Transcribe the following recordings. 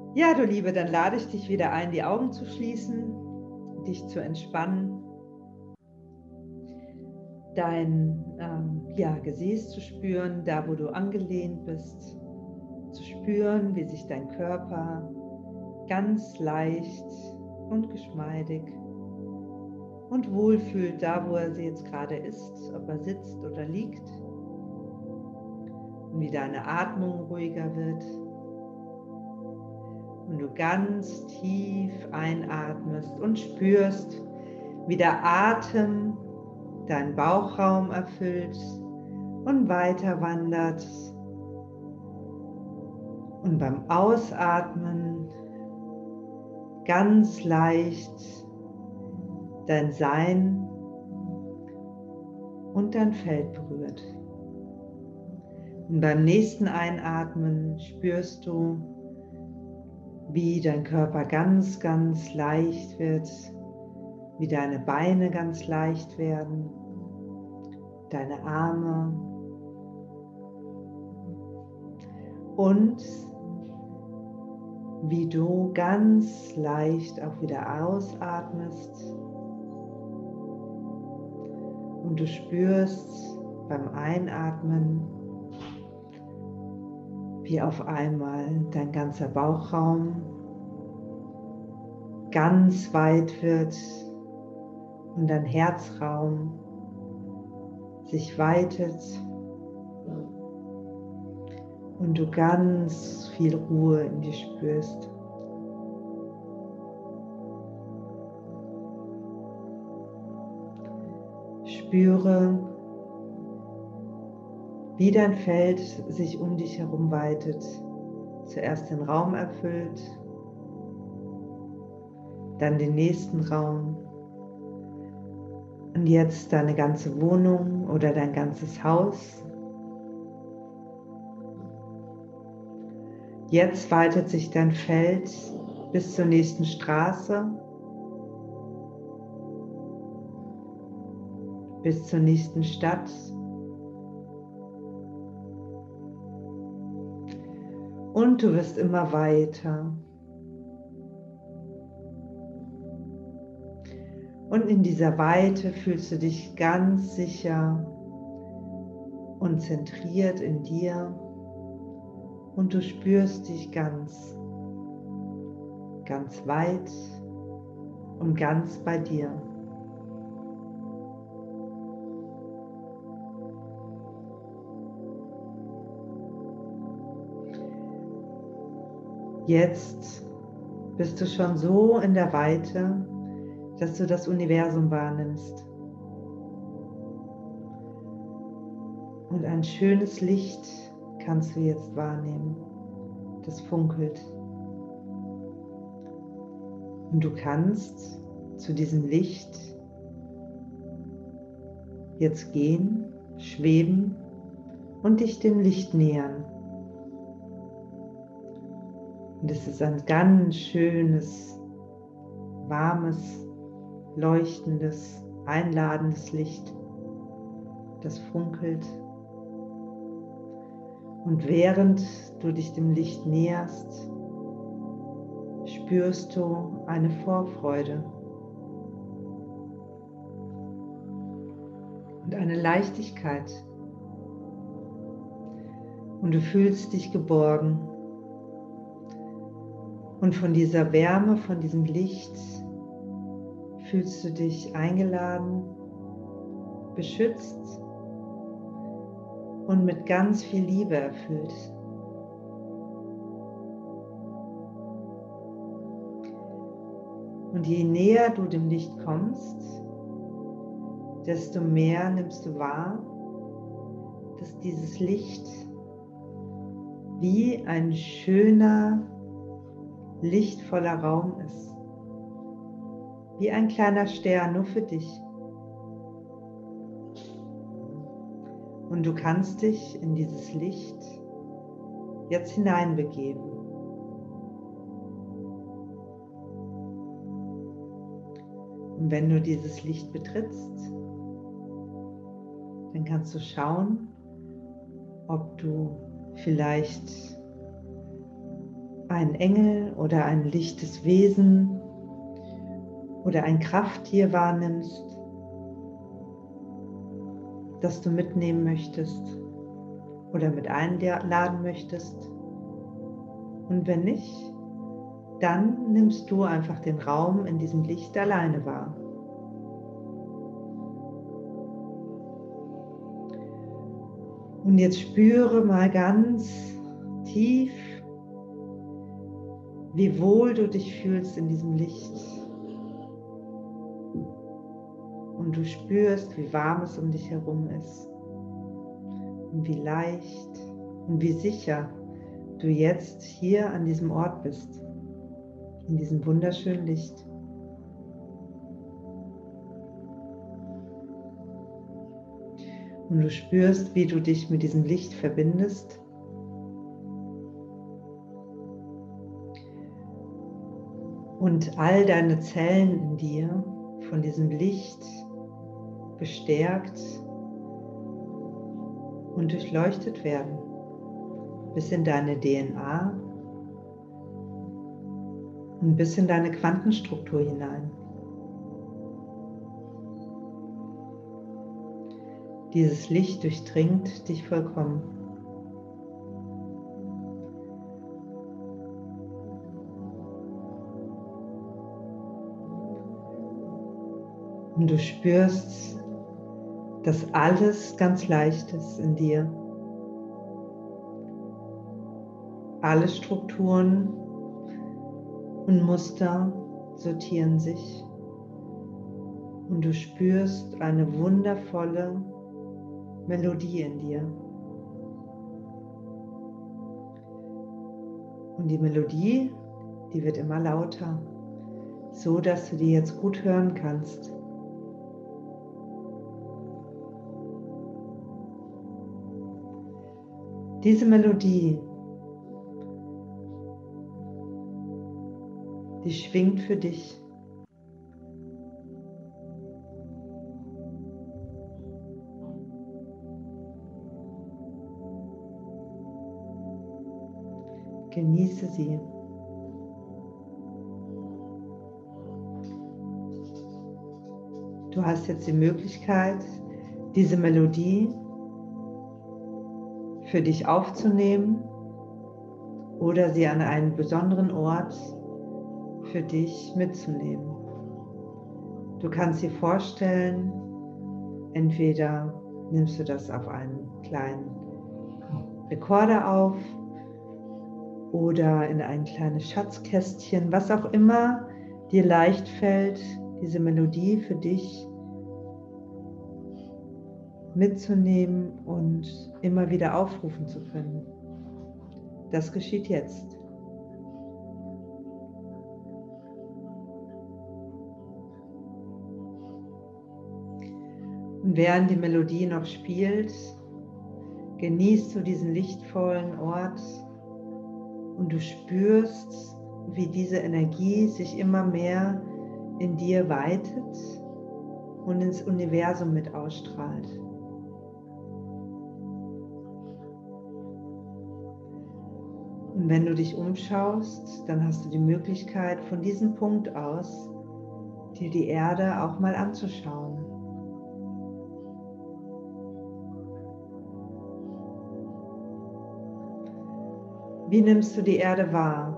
Ja, du Liebe, dann lade ich dich wieder ein, die Augen zu schließen, dich zu entspannen, dein Gesäß zu spüren, da wo du angelehnt bist, zu spüren, wie sich dein Körper ganz leicht und geschmeidig und wohlfühlt, da wo er jetzt gerade ist, ob er sitzt oder liegt, und wie deine Atmung ruhiger wird. Und du ganz tief einatmest und spürst, wie der Atem deinen Bauchraum erfüllt und weiter wandert. Und beim Ausatmen ganz leicht dein Sein und dein Feld berührt. Und beim nächsten Einatmen spürst du, wie dein Körper ganz, ganz leicht wird, wie deine Beine ganz leicht werden, deine Arme und wie du ganz leicht auch wieder ausatmest und du spürst beim Einatmen, wie auf einmal dein ganzer Bauchraum ganz weit wird und dein Herzraum sich weitet und du ganz viel Ruhe in dir spürst. Spüre, wie dein Feld sich um dich herum weitet, zuerst den Raum erfüllt, dann den nächsten Raum und jetzt deine ganze Wohnung oder dein ganzes Haus. Jetzt weitet sich dein Feld bis zur nächsten Straße, bis zur nächsten Stadt. Und du wirst immer weiter. Und in dieser Weite fühlst du dich ganz sicher und zentriert in dir. Und du spürst dich ganz, ganz weit und ganz bei dir. Jetzt bist du schon so in der Weite, dass du das Universum wahrnimmst. Und ein schönes Licht kannst du jetzt wahrnehmen, das funkelt. Und du kannst zu diesem Licht jetzt gehen, schweben und dich dem Licht nähern. Und es ist ein ganz schönes, warmes, leuchtendes, einladendes Licht, das funkelt. Und während du dich dem Licht näherst, spürst du eine Vorfreude und eine Leichtigkeit. Und du fühlst dich geborgen. Und von dieser Wärme, von diesem Licht fühlst du dich eingeladen, beschützt und mit ganz viel Liebe erfüllt. Und je näher du dem Licht kommst, desto mehr nimmst du wahr, dass dieses Licht wie ein schöner, lichtvoller Raum ist. Wie ein kleiner Stern, nur für dich. Und du kannst dich in dieses Licht jetzt hineinbegeben. Und wenn du dieses Licht betrittst, dann kannst du schauen, ob du vielleicht einen Engel oder ein lichtes Wesen oder ein Krafttier wahrnimmst, das du mitnehmen möchtest oder mit einladen möchtest. Und wenn nicht, dann nimmst du einfach den Raum in diesem Licht alleine wahr. Und jetzt spüre mal ganz tief, wie wohl du dich fühlst in diesem Licht. Und du spürst, wie warm es um dich herum ist. Und wie leicht und wie sicher du jetzt hier an diesem Ort bist. In diesem wunderschönen Licht. Und du spürst, wie du dich mit diesem Licht verbindest. Und all deine Zellen in dir von diesem Licht bestärkt und durchleuchtet werden. Bis in deine DNA und bis in deine Quantenstruktur hinein. Dieses Licht durchdringt dich vollkommen. Und du spürst, dass alles ganz leicht ist in dir. Alle Strukturen und Muster sortieren sich. Und du spürst eine wundervolle Melodie in dir. Und die Melodie, die wird immer lauter, so dass du die jetzt gut hören kannst. Diese Melodie, die schwingt für dich. Genieße sie. Du hast jetzt die Möglichkeit, diese Melodie für dich aufzunehmen oder sie an einen besonderen Ort für dich mitzunehmen. Du kannst dir vorstellen, entweder nimmst du das auf einen kleinen Rekorder auf oder in ein kleines Schatzkästchen, was auch immer dir leicht fällt, diese Melodie für dich mitzunehmen und immer wieder aufrufen zu können. Das geschieht jetzt. Und während die Melodie noch spielt, genießt du diesen lichtvollen Ort und du spürst, wie diese Energie sich immer mehr in dir weitet und ins Universum mit ausstrahlt. Und wenn du dich umschaust, dann hast du die Möglichkeit, von diesem Punkt aus dir die Erde auch mal anzuschauen. Wie nimmst du die Erde wahr?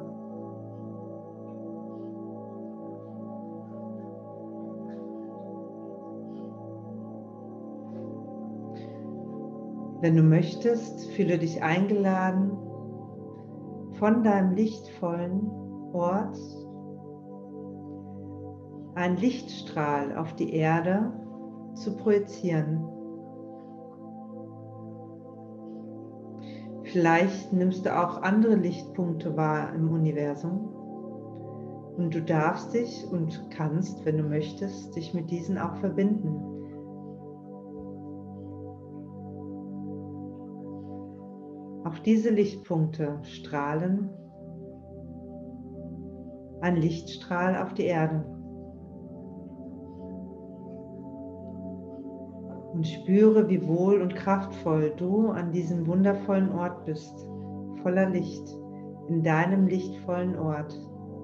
Wenn du möchtest, fühle dich eingeladen, von deinem lichtvollen Ort einen Lichtstrahl auf die Erde zu projizieren. Vielleicht nimmst du auch andere Lichtpunkte wahr im Universum und du darfst dich und kannst, wenn du möchtest, dich mit diesen auch verbinden. Auch diese Lichtpunkte strahlen ein Lichtstrahl auf die Erde. Und spüre, wie wohl und kraftvoll du an diesem wundervollen Ort bist, voller Licht, in deinem lichtvollen Ort.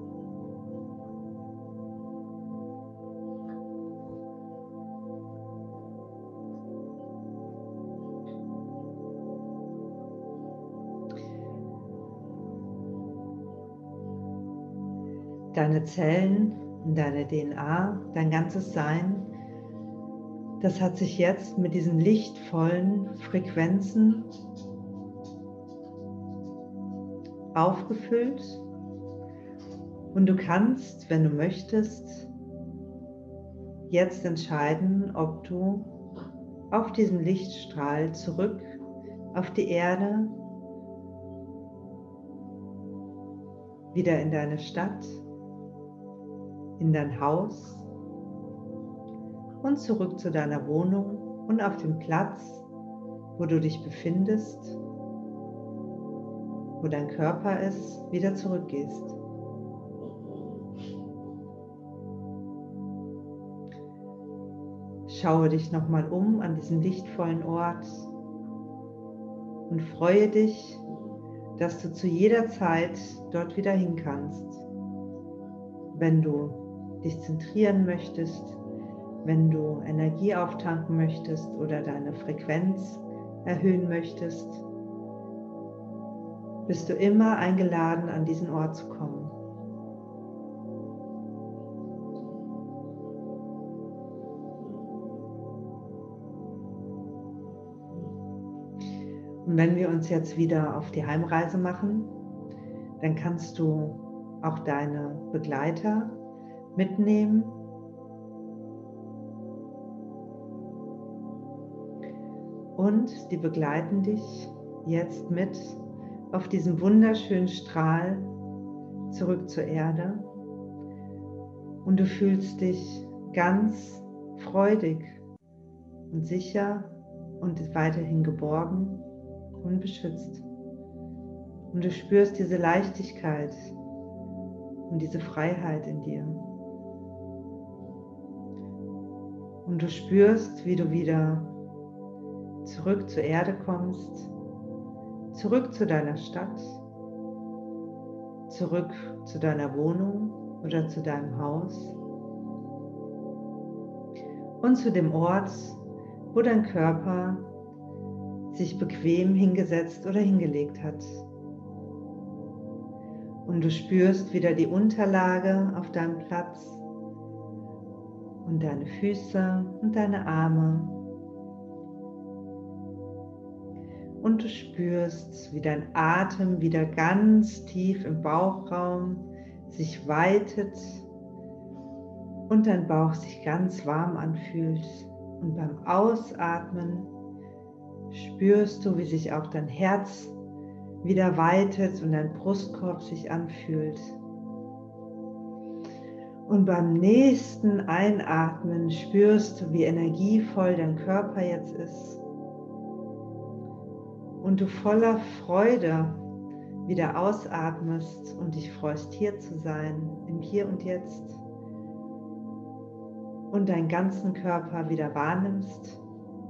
Deine Zellen, deine DNA, dein ganzes Sein, das hat sich jetzt mit diesen lichtvollen Frequenzen aufgefüllt und du kannst, wenn du möchtest, jetzt entscheiden, ob du auf diesem Lichtstrahl zurück auf die Erde, wieder in deine Stadt, in dein Haus und zurück zu deiner Wohnung und auf den Platz, wo du dich befindest, wo dein Körper ist, wieder zurückgehst. Schaue dich nochmal um an diesem lichtvollen Ort und freue dich, dass du zu jeder Zeit dort wieder hin kannst. Wenn du dich zentrieren möchtest, wenn du Energie auftanken möchtest oder deine Frequenz erhöhen möchtest, bist du immer eingeladen, an diesen Ort zu kommen. Und wenn wir uns jetzt wieder auf die Heimreise machen, dann kannst du auch deine Begleiter mitnehmen. Und die begleiten dich jetzt mit auf diesem wunderschönen Strahl zurück zur Erde. Und du fühlst dich ganz freudig und sicher und weiterhin geborgen und beschützt. Und du spürst diese Leichtigkeit und diese Freiheit in dir. Und du spürst, wie du wieder zurück zur Erde kommst, zurück zu deiner Stadt, zurück zu deiner Wohnung oder zu deinem Haus und zu dem Ort, wo dein Körper sich bequem hingesetzt oder hingelegt hat. Und du spürst wieder die Unterlage auf deinem Platz und deine Füße und deine Arme. Und du spürst, wie dein Atem wieder ganz tief im Bauchraum sich weitet und dein Bauch sich ganz warm anfühlt. Und beim Ausatmen spürst du, wie sich auch dein Herz wieder weitet und dein Brustkorb sich anfühlt. Und beim nächsten Einatmen spürst du, wie energievoll dein Körper jetzt ist. Und du voller Freude wieder ausatmest und dich freust, hier zu sein, im Hier und Jetzt. Und deinen ganzen Körper wieder wahrnimmst.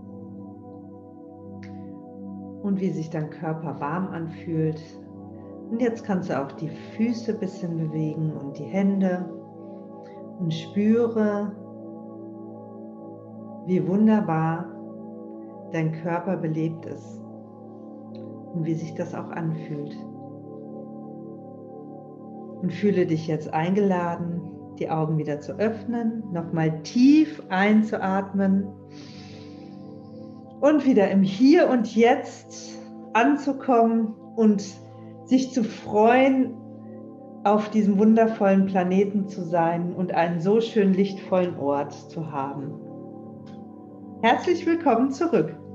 Und wie sich dein Körper warm anfühlt. Und jetzt kannst du auch die Füße ein bisschen bewegen und die Hände. Und spüre, wie wunderbar dein Körper belebt ist. Und wie sich das auch anfühlt. Und fühle dich jetzt eingeladen, die Augen wieder zu öffnen, nochmal tief einzuatmen und wieder im Hier und Jetzt anzukommen und sich zu freuen, auf diesem wundervollen Planeten zu sein und einen so schön lichtvollen Ort zu haben. Herzlich willkommen zurück.